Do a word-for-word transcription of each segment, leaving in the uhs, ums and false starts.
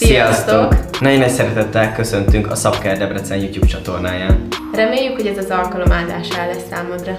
Sziasztok! Nagyon nagy szeretettel köszöntünk a Szabker Debrecen YouTube csatornáján. Reméljük, hogy ez az alkalom áldásá lesz számodra.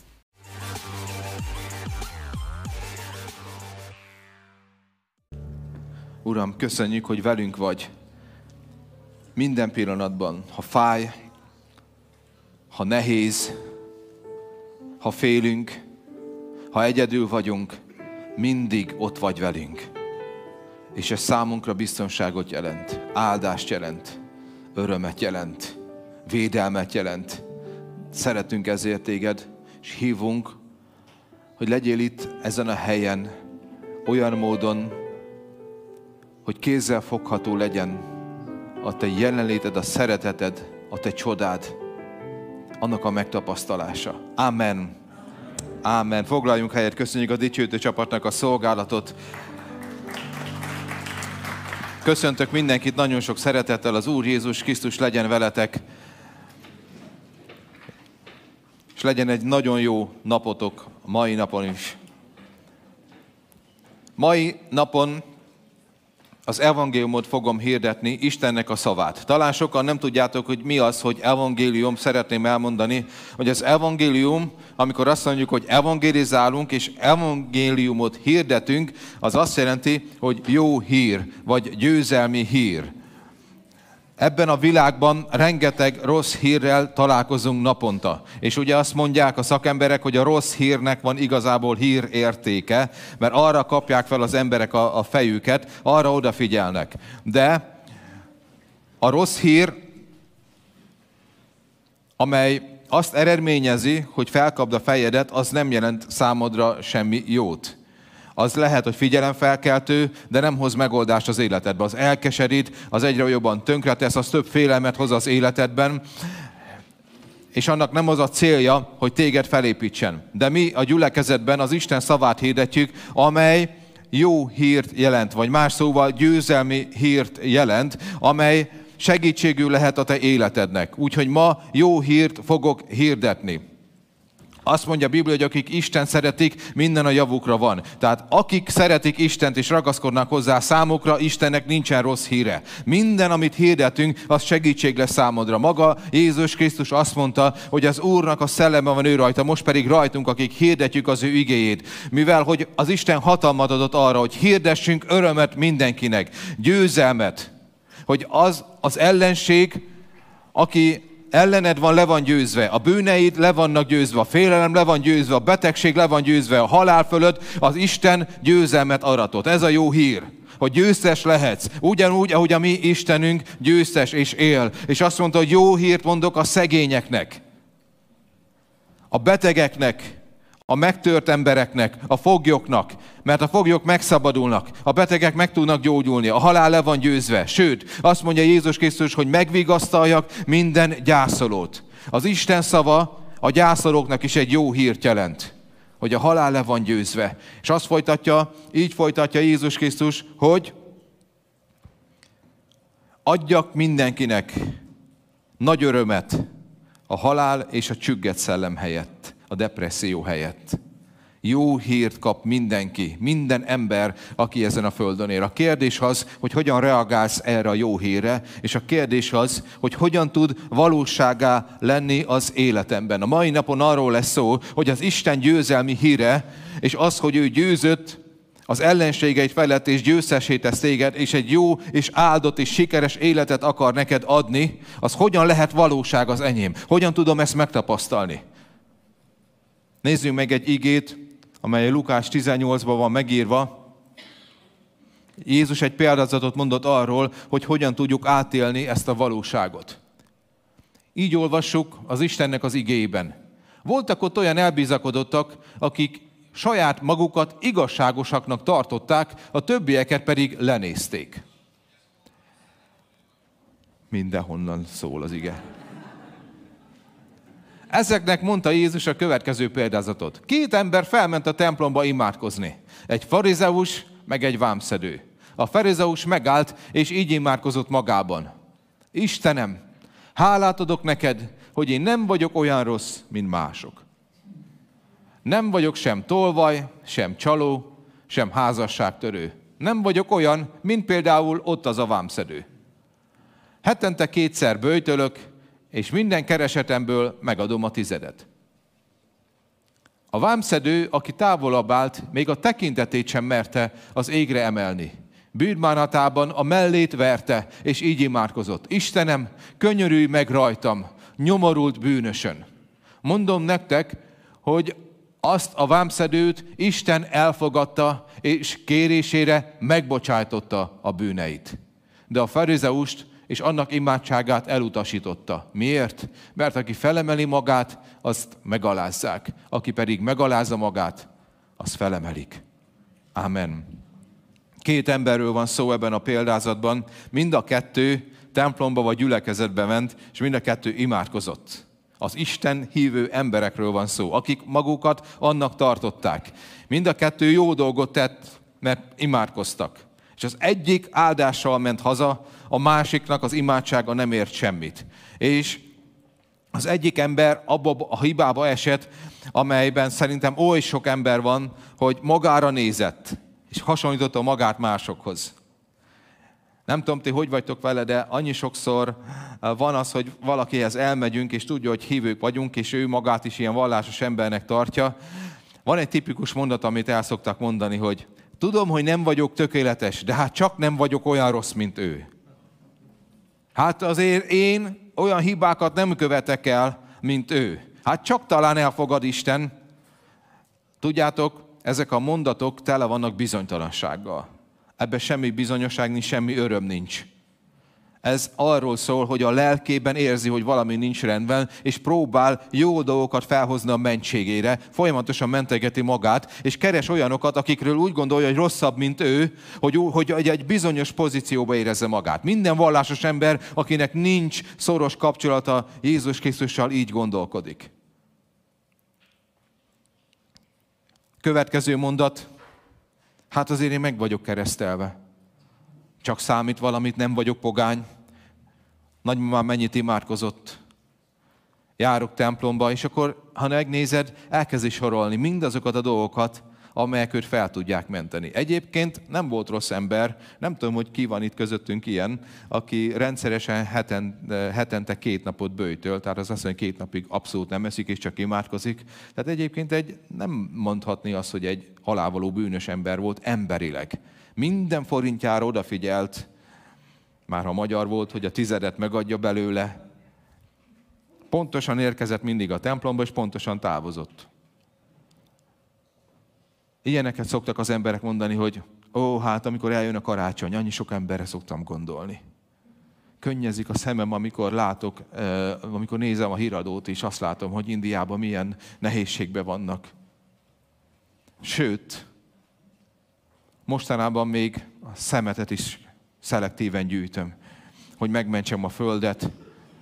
Uram, köszönjük, hogy velünk vagy. Minden pillanatban, ha fáj, ha nehéz, ha félünk, ha egyedül vagyunk, mindig ott vagy velünk. És ez számunkra biztonságot jelent, áldást jelent, örömet jelent, védelmet jelent. Szeretünk ezért téged, és hívunk, hogy legyél itt ezen a helyen olyan módon, hogy kézzel fogható legyen a te jelenléted, a szereteted, a te csodád, annak a megtapasztalása. Amen. Amen. Foglaljunk helyet, köszönjük a dicsőítő csapatnak a szolgálatot. Köszöntök mindenkit nagyon sok szeretettel, az Úr Jézus Krisztus legyen veletek, és legyen egy nagyon jó napotok a mai napon is. Mai napon az evangéliumot fogom hirdetni, Istennek a szavát. Talán sokan nem tudjátok, hogy mi az, hogy evangélium, szeretném elmondani, hogy az evangélium, amikor azt mondjuk, hogy evangelizálunk és evangéliumot hirdetünk, az azt jelenti, hogy jó hír, vagy győzelmi hír. Ebben a világban rengeteg rossz hírrel találkozunk naponta. És ugye azt mondják a szakemberek, hogy a rossz hírnek van igazából hírértéke, mert arra kapják fel az emberek a, a fejüket, arra odafigyelnek. De a rossz hír, amely azt eredményezi, hogy felkapd a fejedet, az nem jelent számodra semmi jót. Az lehet, hogy figyelemfelkeltő, de nem hoz megoldást az életedben. Az elkeserít, az egyre jobban tönkretesz, az több félelmet hoz az életedben, és annak nem az a célja, hogy téged felépítsen. De mi a gyülekezetben az Isten szavát hirdetjük, amely jó hírt jelent, vagy más szóval győzelmi hírt jelent, amely segítségül lehet a te életednek. Úgyhogy ma jó hírt fogok hirdetni. Azt mondja a Biblia, hogy akik Isten szeretik, minden a javukra van. Tehát akik szeretik Istent és ragaszkodnak hozzá, számukra Istennek nincsen rossz híre. Minden, amit hirdetünk, az segítség lesz számodra. Maga Jézus Krisztus azt mondta, hogy az Úrnak a szelleme van ő rajta, most pedig rajtunk, akik hirdetjük az ő igéjét. Mivel, hogy az Isten hatalmat adott arra, hogy hirdessünk örömet mindenkinek, győzelmet, hogy az az ellenség, aki ellened van, le van győzve, a bűneid le vannak győzve, a félelem le van győzve, a betegség le van győzve, a halál fölött az Isten győzelmet aratott. Ez a jó hír, hogy győztes lehetsz, ugyanúgy, ahogy a mi Istenünk győztes és él. És azt mondta, hogy jó hírt mondok a szegényeknek, a betegeknek, a megtört embereknek, a foglyoknak, mert a foglyok megszabadulnak, a betegek meg tudnak gyógyulni, a halál le van győzve. Sőt, azt mondja Jézus Krisztus, hogy megvigasztaljak minden gyászolót. Az Isten szava a gyászolóknak is egy jó hírt jelent, hogy a halál le van győzve. És azt folytatja, így folytatja Jézus Krisztus, hogy adjak mindenkinek nagy örömet a halál és a csügget szellem helyett, a depresszió helyett. Jó hírt kap mindenki, minden ember, aki ezen a földön él. A kérdés az, hogy hogyan reagálsz erre a jó hírre, és a kérdés az, hogy hogyan tud valóságá lenni az életemben. A mai napon arról lesz szó, hogy az Isten győzelmi híre, és az, hogy ő győzött az ellenségeit felett, és győztessé tesz téged, és egy jó és áldott és sikeres életet akar neked adni, az hogyan lehet valóság az enyém? Hogyan tudom ezt megtapasztalni? Nézzünk meg egy igét, amely Lukás tizennyolcban van megírva. Jézus egy példázatot mondott arról, hogy hogyan tudjuk átélni ezt a valóságot. Így olvassuk az Istennek az igéjében. Voltak ott olyan elbizakodottak, akik saját magukat igazságosaknak tartották, a többieket pedig lenézték. Mindenhonnan szól az ige. Ezeknek mondta Jézus a következő példázatot. Két ember felment a templomba imádkozni. Egy farizeus, meg egy vámszedő. A farizeus megállt, és így imádkozott magában. Istenem, hálát adok neked, hogy én nem vagyok olyan rossz, mint mások. Nem vagyok sem tolvaj, sem csaló, sem házasságtörő. Nem vagyok olyan, mint például ott az a vámszedő. Hetente kétszer böjtölök, és minden keresetemből megadom a tizedet. A vámszedő, aki távolabb állt, még a tekintetét sem merte az égre emelni. Bűnbánatában a mellét verte, és így imádkozott. Istenem, könyörülj meg rajtam, nyomorult bűnösön. Mondom nektek, hogy azt a vámszedőt Isten elfogadta, és kérésére megbocsájtotta a bűneit. De a farizeust és annak imádságát elutasította. Miért? Mert aki felemeli magát, azt megalázzák. Aki pedig megalázza magát, azt felemelik. Amen. Két emberről van szó ebben a példázatban. Mind a kettő templomba vagy gyülekezetbe ment, és mind a kettő imádkozott. Az Isten hívő emberekről van szó, akik magukat annak tartották. Mind a kettő jó dolgot tett, mert imádkoztak. És az egyik áldással ment haza, a másiknak az imádsága nem ért semmit. És az egyik ember abba a hibába esett, amelyben szerintem oly sok ember van, hogy magára nézett, és hasonlította magát másokhoz. Nem tudom, ti hogy vagytok vele, de annyi sokszor van az, hogy valakihez elmegyünk, és tudja, hogy hívők vagyunk, és ő magát is ilyen vallásos embernek tartja. Van egy tipikus mondat, amit el szoktak mondani, hogy tudom, hogy nem vagyok tökéletes, de hát csak nem vagyok olyan rossz, mint ő. Hát azért én olyan hibákat nem követek el, mint ő. Hát csak talán elfogad Isten. Tudjátok, ezek a mondatok tele vannak bizonytalansággal. Ebben semmi bizonyosság nincs, semmi öröm nincs. Ez arról szól, hogy a lelkében érzi, hogy valami nincs rendben, és próbál jó dolgokat felhozni a mentségére, folyamatosan mentegeti magát, és keres olyanokat, akikről úgy gondolja, hogy rosszabb, mint ő, hogy, hogy egy bizonyos pozícióba érezze magát. Minden vallásos ember, akinek nincs szoros kapcsolata Jézus Krisztussal, így gondolkodik. Következő mondat, hát azért én meg vagyok keresztelve. Csak számít valamit, nem vagyok pogány. Nagymamám mennyit imádkozott. Járok templomba, és akkor, ha megnézed, elkezdi sorolni mindazokat a dolgokat, amelyek őt fel tudják menteni. Egyébként nem volt rossz ember, nem tudom, hogy ki van itt közöttünk ilyen, aki rendszeresen heten, hetente két napot böjtöl, tehát az azt mondja, két napig abszolút nem eszik, és csak imádkozik. Tehát egyébként egy, nem mondhatni azt, hogy egy halálvaló bűnös ember volt emberileg. Minden forintjára odafigyelt, már ha magyar volt, hogy a tizedet megadja belőle. Pontosan érkezett mindig a templomba, és pontosan távozott. Ilyeneket szoktak az emberek mondani, hogy ó, hát amikor eljön a karácsony, annyi sok emberre szoktam gondolni. Könnyezik a szemem, amikor látok, amikor nézem a híradót, és azt látom, hogy Indiában milyen nehézségben vannak. Sőt, mostanában még a szemetet is szelektíven gyűjtöm, hogy megmentsem a földet.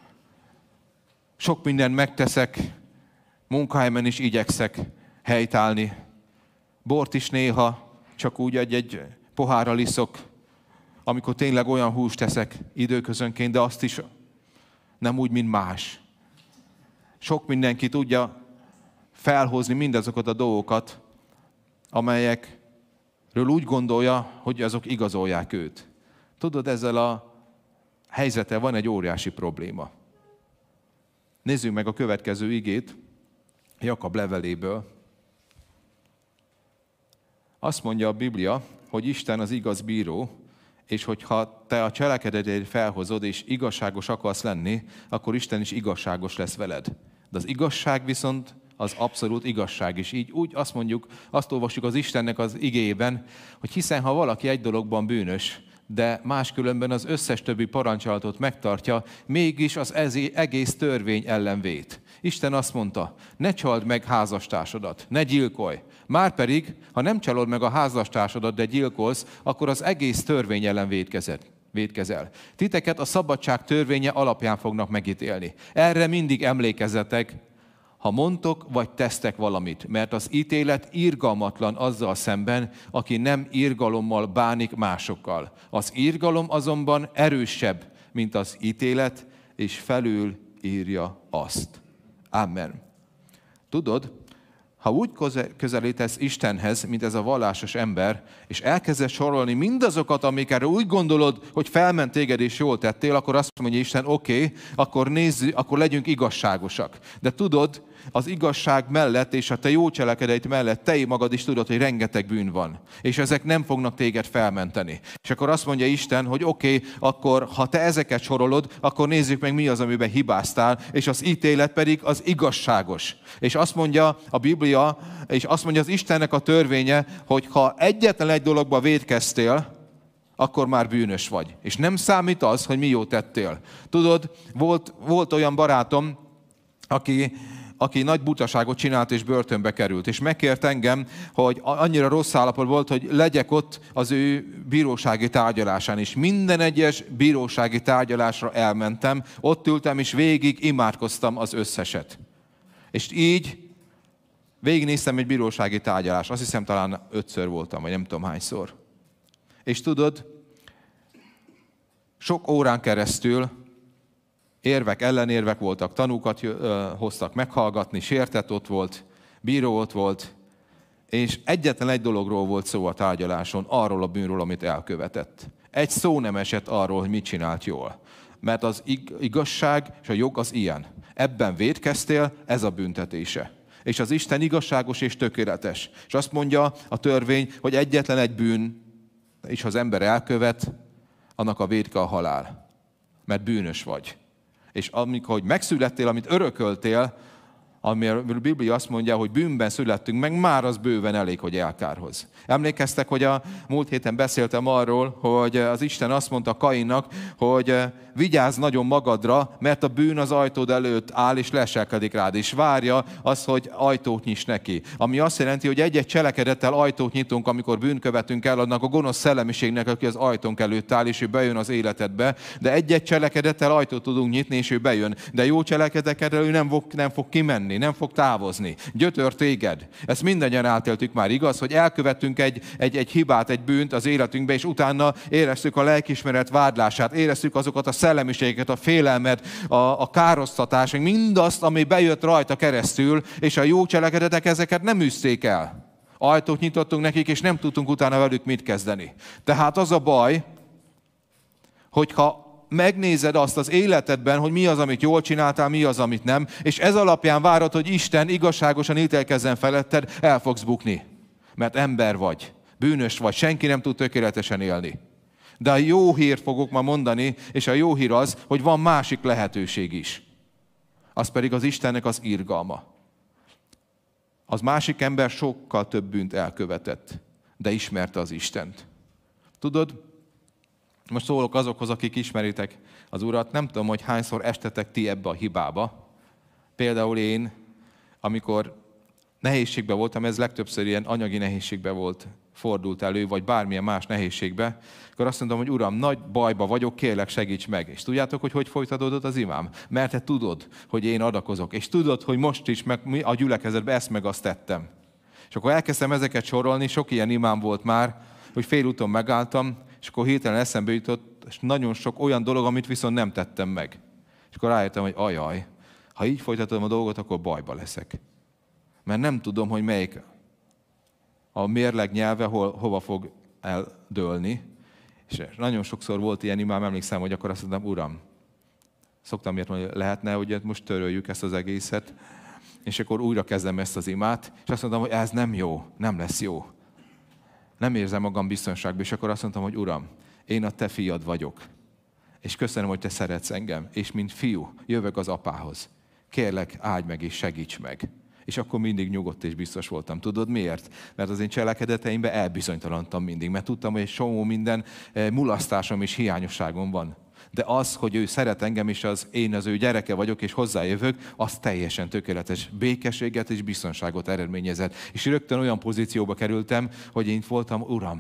Sok mindent megteszek, munkahelyemen is igyekszek helytállni. Bort is néha csak úgy egy-egy pohárral iszok, amikor tényleg olyan húst teszek időközönként, de azt is nem úgy, mint más. Sok mindenki tudja felhozni mindazokat a dolgokat, amelyekről úgy gondolja, hogy azok igazolják őt. Tudod, ezzel a helyzettel van egy óriási probléma. Nézzük meg a következő igét, Jakab leveléből. Azt mondja a Biblia, hogy Isten az igaz bíró, és hogyha te a cselekedetét felhozod, és igazságos akarsz lenni, akkor Isten is igazságos lesz veled. De az igazság viszont az abszolút igazság is. Így úgy azt mondjuk, azt olvassuk az Istennek az igéjében, hogy hiszen ha valaki egy dologban bűnös, de máskülönben az összes többi parancsolatot megtartja, mégis az egész törvény ellen vét. Isten azt mondta, ne csald meg házastársadat, ne gyilkolj. Márpedig, ha nem csalod meg a házastársadat, de gyilkolsz, akkor az egész törvény ellen vétkezel. Titeket a szabadság törvénye alapján fognak megítélni. Erre mindig emlékezzetek, ha mondtok vagy tesztek valamit, mert az ítélet irgalmatlan azzal szemben, aki nem irgalommal bánik másokkal. Az irgalom azonban erősebb, mint az ítélet, és felül írja azt. Amen. Tudod, ha úgy közelítesz Istenhez, mint ez a vallásos ember, és elkezdesz sorolni mindazokat, amikre úgy gondolod, hogy felment téged és jól tettél, akkor azt mondja Isten, oké, okay, akkor nézzük, akkor legyünk igazságosak. De tudod, az igazság mellett és a te jó cselekedeit mellett te magad is tudod, hogy rengeteg bűn van. És ezek nem fognak téged felmenteni. És akkor azt mondja Isten, hogy oké, okay, akkor ha te ezeket sorolod, akkor nézzük meg, mi az, amiben hibáztál, és az ítélet pedig az igazságos. És azt mondja a Biblia, és azt mondja az Istennek a törvénye, hogy ha egyetlen egy dologba vétkeztél, akkor már bűnös vagy. És nem számít az, hogy mi jót tettél. Tudod, volt, volt olyan barátom, aki... aki nagy butaságot csinált és börtönbe került. És megkért engem, hogy annyira rossz állapot volt, hogy legyek ott az ő bírósági tárgyalásán is. Minden egyes bírósági tárgyalásra elmentem, ott ültem és végig imádkoztam az összeset. És így végignéztem egy bírósági tárgyalást. Azt hiszem talán ötször voltam, vagy nem tudom hányszor. És tudod, sok órán keresztül érvek, ellenérvek voltak, tanúkat hoztak meghallgatni, sértett ott volt, bíró ott volt, és egyetlen egy dologról volt szó a tárgyaláson, arról a bűnről, amit elkövetett. Egy szó nem esett arról, hogy mit csinált jól. Mert az igazság és a jog az ilyen. Ebben vétkeztél, ez a büntetése. És az Isten igazságos és tökéletes. És azt mondja a törvény, hogy egyetlen egy bűn, és ha az ember elkövet, annak a vétke a halál. Mert bűnös vagy. És amikor hogy megszülettél, amit örököltél, amiről a Biblia azt mondja, hogy bűnben születtünk meg, már az bőven elég, hogy elkárhoz. Emlékeztek, hogy a múlt héten beszéltem arról, hogy az Isten azt mondta Kainnak, hogy vigyázz nagyon magadra, mert a bűn az ajtód előtt áll, és leselkedik rád, és várja az, hogy ajtót nyiss neki. Ami azt jelenti, hogy egy-egy cselekedettel ajtót nyitunk, amikor bűn követünk el, annak a gonosz szellemiségnek, aki az ajtónk előtt áll, és ő bejön az életedbe, de egy-egy cselekedettel ajtót tudunk nyitni, és ő bejön. De jó cselekedettel ő nem fog, nem fog kimenni, nem fog távozni. Gyötör téged. Ezt mindannyian átéltük már, igaz, hogy elkövettünk egy, egy, egy hibát, egy bűnt az életünkbe, és utána éreztük a lelkiismeret vádlását, éreztük azokat a szellemiségeket, a félelmet, a, a károsztatást, mindazt, ami bejött rajta keresztül, és a jó cselekedetek ezeket nem űzték el. Ajtót nyitottunk nekik, és nem tudtunk utána velük mit kezdeni. Tehát az a baj, hogyha megnézed azt az életedben, hogy mi az, amit jól csináltál, mi az, amit nem, és ez alapján várod, hogy Isten igazságosan ítélkezzen feletted, el fogsz bukni. Mert ember vagy, bűnös vagy, senki nem tud tökéletesen élni. De a jó hírt fogok ma mondani, és a jó hír az, hogy van másik lehetőség is. Az pedig az Istennek az irgalma. Az másik ember sokkal több bűnt elkövetett, de ismerte az Istent. Tudod, most szólok azokhoz, akik ismeritek az Urat, nem tudom, hogy hányszor estetek ti ebbe a hibába. Például én, amikor nehézségben voltam, ez legtöbbször ilyen anyagi nehézségben volt, fordult elő, vagy bármilyen más nehézségbe, akkor azt mondom, hogy Uram, nagy bajba vagyok, kérlek, segíts meg. És tudjátok, hogy hogy folytatódott az imám? Mert te tudod, hogy én adakozok, és tudod, hogy most is meg a gyülekezetben ezt meg azt tettem. És akkor elkezdtem ezeket sorolni, sok ilyen imám volt már, hogy félúton megálltam, és akkor hirtelen eszembe jutott, és nagyon sok olyan dolog, amit viszont nem tettem meg. És akkor rájöttem, hogy ajaj, ha így folytatom a dolgot, akkor bajba leszek. Mert nem tudom, hogy melyik a mérleg nyelve hol, hova fog eldőlni. És nagyon sokszor volt ilyen imám, emlékszem, hogy akkor azt mondtam, Uram, szoktam érteni, hogy lehetne, hogy most töröljük ezt az egészet, és akkor újra kezdem ezt az imát, és azt mondtam, hogy ez nem jó, nem lesz jó. Nem érzem magam biztonságban, és akkor azt mondtam, hogy Uram, én a te fiad vagyok, és köszönöm, hogy te szeretsz engem, és mint fiú jövök az apához. Kérlek, áldj meg és segíts meg. És akkor mindig nyugodt és biztos voltam. Tudod miért? Mert az én cselekedeteimben elbizonytalanodtam mindig, mert tudtam, hogy egy csomó minden mulasztásom és hiányosságom van. De az, hogy ő szeret engem, és az én az ő gyereke vagyok, és hozzájövök, az teljesen tökéletes békességet és biztonságot eredményezett. És rögtön olyan pozícióba kerültem, hogy én voltam, Uram,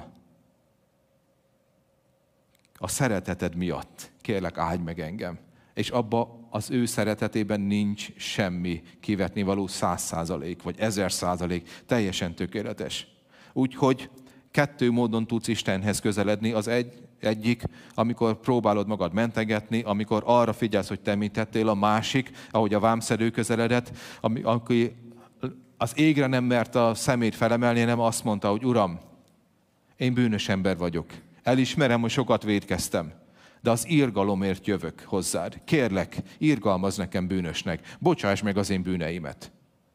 a szereteted miatt kérlek, áldj meg engem. És abba az ő szeretetében nincs semmi kivetnivaló, száz százalék, vagy ezer százalék, teljesen tökéletes. Úgyhogy kettő módon tudsz Istenhez közeledni. Az egy, egyik, amikor próbálod magad mentegetni, amikor arra figyelsz, hogy te mit tettél, a másik, ahogy a vámszedő közeledett, ami, aki az égre nem mert a szemét felemelni, nem azt mondta, hogy Uram, én bűnös ember vagyok. Elismerem, hogy sokat vétkeztem, de az irgalomért jövök hozzád. Kérlek, irgalmazz nekem bűnösnek, bocsáss meg az én bűneimet.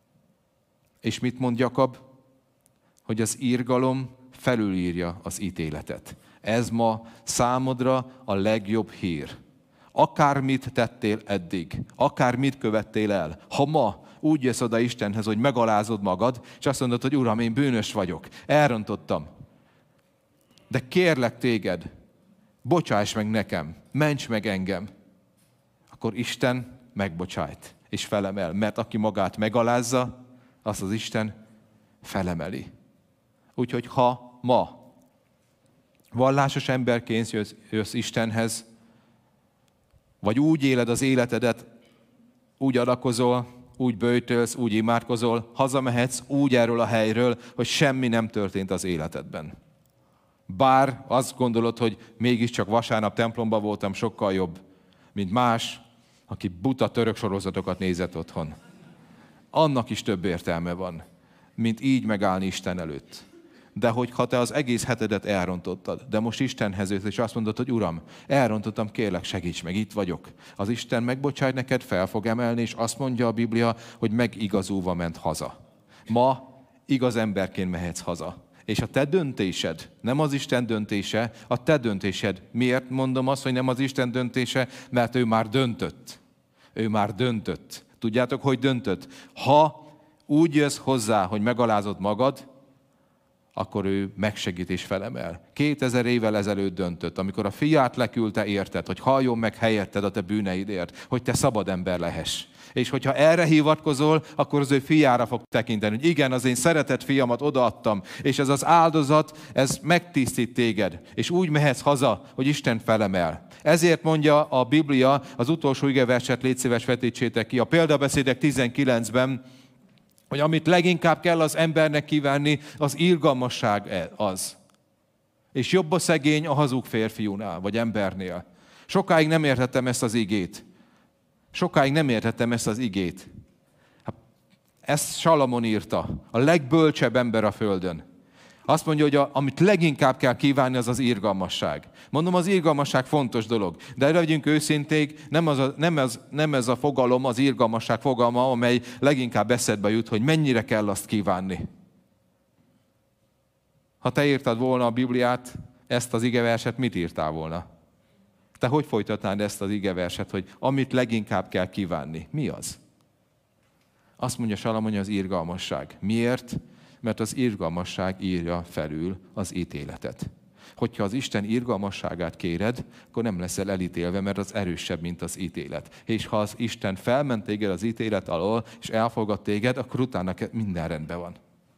És mit mond Jakab? Hogy az irgalom felülírja az ítéletet. Ez ma számodra a legjobb hír. Akármit tettél eddig, akármit követtél el, ha ma úgy jössz oda Istenhez, hogy megalázod magad, és azt mondod, hogy Uram, én bűnös vagyok, elrontottam. De kérlek téged, bocsáss meg nekem, ments meg engem. Akkor Isten megbocsájt és felemel, mert aki magát megalázza, azt az Isten felemeli. Úgyhogy ha ma vallásos emberként jössz, jössz Istenhez, vagy úgy éled az életedet, úgy adakozol, úgy böjtölsz, úgy imádkozol, hazamehetsz úgy erről a helyről, hogy semmi nem történt az életedben. Bár azt gondolod, hogy mégiscsak vasárnap templomban voltam, sokkal jobb, mint más, aki buta török sorozatokat nézett otthon. Annak is több értelme van, mint így megállni Isten előtt. De hogyha te az egész hetedet elrontottad, de most Istenhez jössz, és azt mondod, hogy Uram, elrontottam, kérlek, segíts meg, itt vagyok. Az Isten megbocsáj neked, fel fog emelni, és azt mondja a Biblia, hogy megigazulva ment haza. Ma igaz emberként mehetsz haza. És a te döntésed, nem az Isten döntése, a te döntésed. Miért mondom azt, hogy nem az Isten döntése? Mert ő már döntött. Ő már döntött. Tudjátok, hogy döntött? Ha úgy jössz hozzá, hogy megalázod magad, akkor ő megsegít és felemel. Kétezer évvel ezelőtt döntött, amikor a fiát leküldte érted, hogy halljon meg helyetted a te bűneidért, hogy te szabad ember lehess. És hogyha erre hivatkozol, akkor az ő fiára fog tekinteni, hogy igen, az én szeretett fiamat odaadtam, és ez az áldozat, ez megtisztít téged, és úgy mehetsz haza, hogy Isten felemel. Ezért mondja a Biblia, az utolsó igeverset légy szíves vetítsétek ki, a Példabeszédek tizenkilencben, hogy amit leginkább kell az embernek kívánni, az irgalmasság az. És jobb a szegény a hazug férfiúnál, vagy embernél. Sokáig nem értettem ezt az igét. Sokáig nem értettem ezt az igét. Ezt Salamon írta, a legbölcsebb ember a földön. Azt mondja, hogy a, amit leginkább kell kívánni, az az irgalmasság. Mondom, az irgalmasság fontos dolog. De legyünk őszinték, nem, az a, nem, ez, nem ez a fogalom, az irgalmasság fogalma, amely leginkább eszedbe jut, hogy mennyire kell azt kívánni. Ha te írtad volna a Bibliát, ezt az igeverset, mit írtál volna? Te hogy folytatnád ezt az igeverset, hogy amit leginkább kell kívánni? Mi az? Azt mondja Salamon, az irgalmasság. Miért? Mert az irgalmasság írja felül az ítéletet. Hogyha az Isten irgalmasságát kéred, akkor nem leszel elítélve, mert az erősebb, mint az ítélet. És ha az Isten felment téged az ítélet alól, és elfogad téged, akkor utána minden rendben van.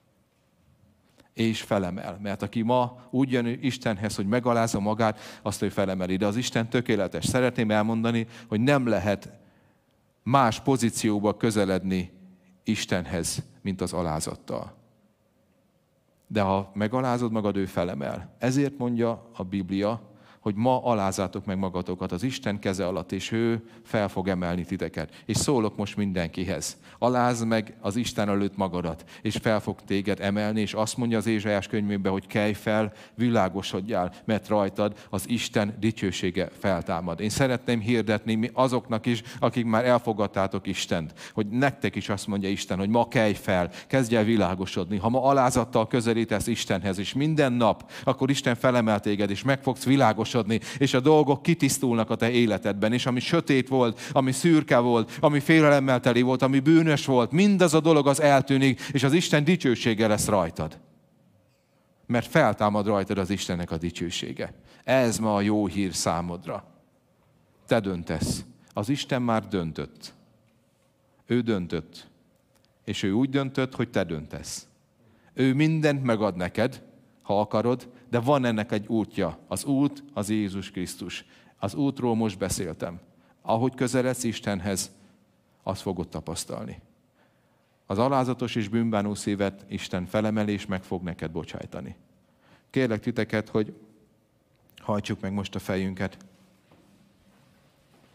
És felemel. Mert aki ma úgy jön Istenhez, hogy megalázza magát, azt ő felemeli. De az Isten tökéletes. Szeretném elmondani, hogy nem lehet más pozícióba közeledni Istenhez, mint az alázattal. De ha megalázod magad, ő felemel. Ezért mondja a Biblia, hogy ma alázátok meg magatokat az Isten keze alatt, és ő fel fog emelni titeket. És szólok most mindenkihez. Alázd meg az Isten előtt magadat, és fel fog téged emelni, és azt mondja az Ézsaiás könyvében, hogy kelj fel, világosodjál, mert rajtad az Isten dicsősége feltámad. Én szeretném hirdetni azoknak is, akik már elfogadtátok Istent, hogy nektek is azt mondja Isten, hogy ma kelj fel, kezdj el világosodni. Ha ma alázattal közelítesz Istenhez, és minden nap, akkor Isten felemel téged, és meg fogsz világosodni, és a dolgok kitisztulnak a te életedben, és ami sötét volt, ami szürke volt, ami félelemmel teli volt, ami bűnös volt, mindaz a dolog az eltűnik, és az Isten dicsősége lesz rajtad. Mert feltámad rajtad az Istennek a dicsősége. Ez ma a jó hír számodra. Te döntesz. Az Isten már döntött. Ő döntött. És ő úgy döntött, hogy te döntesz. Ő mindent megad neked, ha akarod, de van ennek egy útja. Az út az Jézus Krisztus. Az útról most beszéltem. Ahogy közeledsz Istenhez, azt fogod tapasztalni. Az alázatos és bűnbánó szívet Isten felemel és meg fog neked bocsájtani. Kérlek titeket, hogy hajtsuk meg most a fejünket.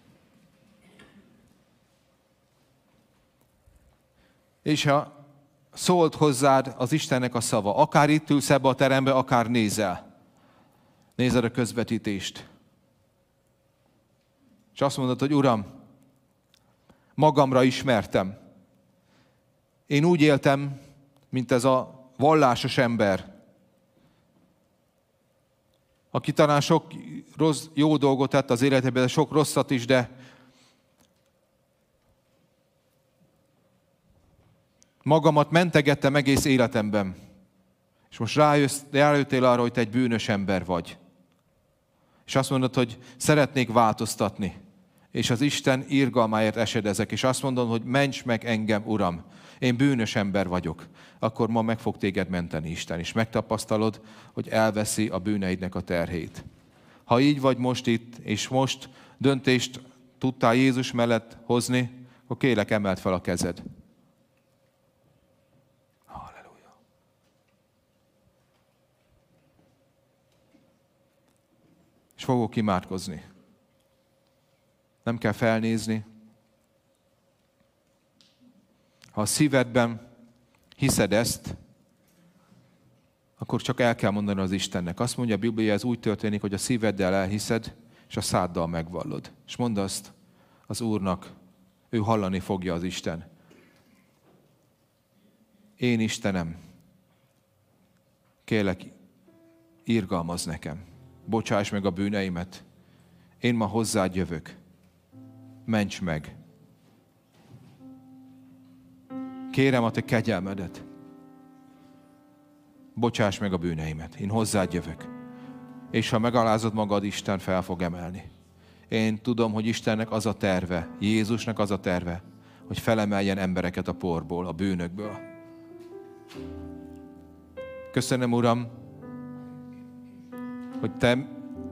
És ha szólt hozzád az Istennek a szava. Akár itt ülsz ebbe a terembe, akár nézel. Nézed a közvetítést. És azt mondod, hogy Uram, magamra ismertem. Én úgy éltem, mint ez a vallásos ember, aki talán sok rossz, jó dolgot tett az életében, de sok rosszat is, de magamat mentegettem egész életemben. És most rájössz, rájöttél arra, hogy te egy bűnös ember vagy. És azt mondod, hogy szeretnék változtatni. És az Isten irgalmáért esedezek. És azt mondod, hogy ments meg engem, Uram. Én bűnös ember vagyok. Akkor ma meg fog téged menteni Isten. És megtapasztalod, hogy elveszi a bűneidnek a terhét. Ha így vagy most itt, és most döntést tudtál Jézus mellett hozni, akkor kérlek, emeld fel a kezed. Halleluja. És fogok imádkozni. Nem kell felnézni. Ha a szívedben hiszed ezt, akkor csak el kell mondani az Istennek. Azt mondja a Biblia, ez úgy történik, hogy a szíveddel elhiszed, és a száddal megvallod. És mondd azt az Úrnak, ő hallani fogja az Isten. Én Istenem, kérlek, irgalmazz nekem. Bocsáss meg a bűneimet. Én ma hozzád jövök. Ments meg. Kérem a te kegyelmedet. Bocsáss meg a bűneimet. Én hozzád jövök. És ha megalázod magad, Isten fel fog emelni. Én tudom, hogy Istennek az a terve, Jézusnak az a terve, hogy felemeljen embereket a porból, a bűnökből. Köszönöm, Uram, hogy te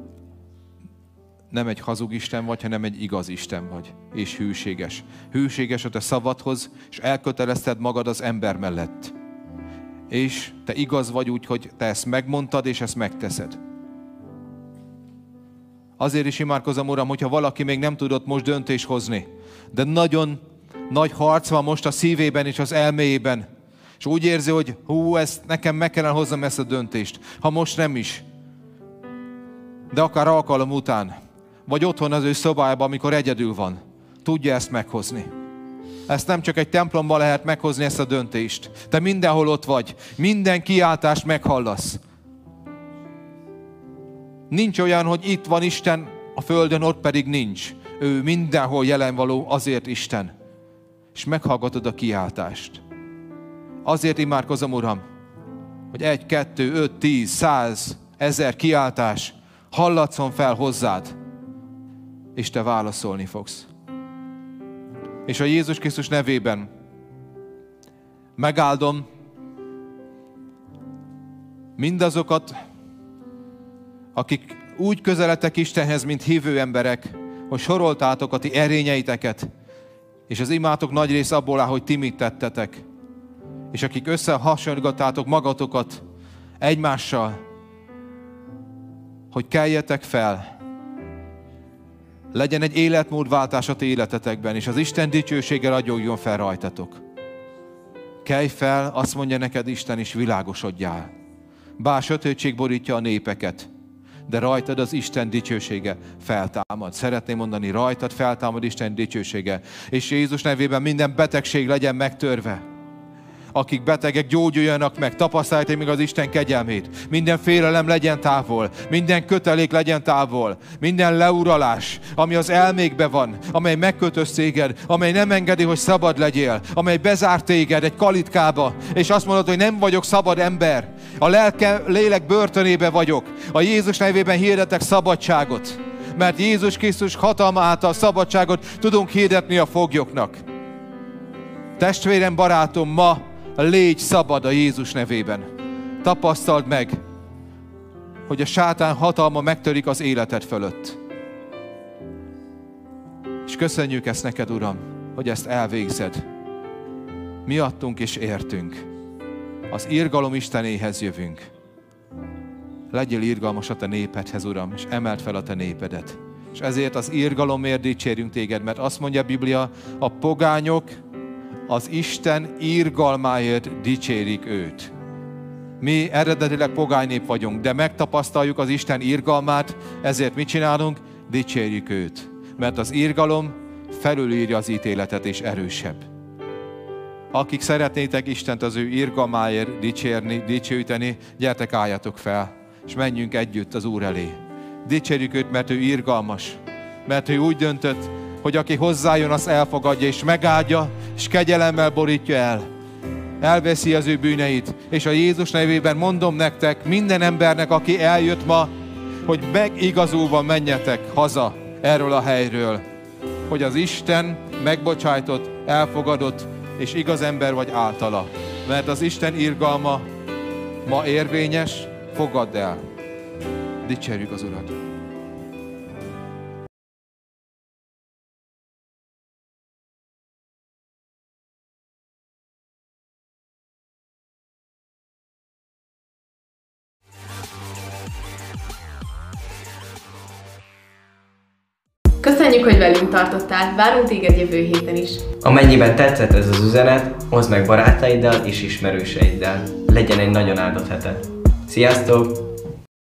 nem egy hazug Isten vagy, hanem egy igaz Isten vagy, és hűséges. Hűséges a te szavadhoz, és elkötelezted magad az ember mellett. És te igaz vagy úgy, hogy te ezt megmondtad, és ezt megteszed. Azért is imádkozom, Uram, hogyha valaki még nem tudott most döntést hozni, de nagyon nagy harc van most a szívében és az elméjében, és úgy érzi, hogy hú, ezt nekem meg kellene hoznom ezt a döntést, ha most nem is. De akár alkalom után, vagy otthon az ő szobájában, amikor egyedül van, tudja ezt meghozni. Ezt nem csak egy templomban lehet meghozni, ezt a döntést. Te mindenhol ott vagy, minden kiáltást meghallasz. Nincs olyan, hogy itt van Isten a földön, ott pedig nincs. Ő mindenhol jelen való, azért Isten. És meghallgatod a kiáltást. Azért imádkozom, Uram, hogy egy, kettő, öt, tíz, száz, ezer kiáltás hallatszon fel hozzád, és te válaszolni fogsz. És a Jézus Krisztus nevében megáldom mindazokat, akik úgy közeletek Istenhez, mint hívő emberek, hogy soroltátok a ti erényeiteket, és az imátok nagy rész abból áll, hogy ti mit tettetek. És akik összehasonlítottátok magatokat egymással, hogy keljetek fel, legyen egy életmódváltás a ti életetekben, és az Isten dicsősége ragyogjon fel rajtatok. Kelj fel, azt mondja neked Isten, és világosodjál. Bár sötétség borítja a népeket, de rajtad az Isten dicsősége feltámad. Szeretném mondani, rajtad feltámad Isten dicsősége. És Jézus nevében minden betegség legyen megtörve. Akik betegek, gyógyuljanak meg, tapasztalják meg az Isten kegyelmét. Minden félelem legyen távol, minden kötelék legyen távol, minden leuralás, ami az elmékben van, amely megkötöz téged, amely nem engedi, hogy szabad legyél, amely bezárt téged egy kalitkába, és azt mondod, hogy nem vagyok szabad ember. A lelke, lélek börtönébe vagyok. A Jézus nevében hirdetek szabadságot, mert Jézus Krisztus hatalma által szabadságot tudunk hirdetni a foglyoknak. Testvérem, barátom, ma légy szabad a Jézus nevében. Tapasztald meg, hogy a sátán hatalma megtörik az életed fölött. És köszönjük ezt neked, Uram, hogy ezt elvégzed. Miattunk és értünk. Az irgalom Istenéhez jövünk. Legyél irgalmas a te népedhez, Uram, és emeld fel a te népedet. És ezért az irgalomért dicsérjünk téged, mert azt mondja a Biblia, a pogányok az Isten irgalmáért dicsérik őt. Mi eredetileg pogány nép vagyunk, de megtapasztaljuk az Isten irgalmát, ezért mit csinálunk? Dicsérjük őt. Mert az irgalom felülírja az ítéletet és erősebb. Akik szeretnétek Istent az ő irgalmáért dicsérni, dicsőíteni, gyertek, álljatok fel, és menjünk együtt az Úr elé. Dicsérjük őt, mert ő irgalmas, mert ő úgy döntött, hogy aki hozzájön, azt elfogadja, és megáldja, és kegyelemmel borítja el. Elveszi az ő bűneit, és a Jézus nevében mondom nektek, minden embernek, aki eljött ma, hogy megigazulva menjetek haza erről a helyről, hogy az Isten megbocsájtott, elfogadott, és igaz ember vagy általa. Mert az Isten irgalma ma érvényes, fogadd el. Dicsérjük az Urat! Köszönjük, hogy velünk tartottál, várunk téged jövő héten is. Amennyiben tetszett ez az üzenet, oszd meg barátaiddal és ismerőseiddel. Legyen egy nagyon áldott heted. Sziasztok!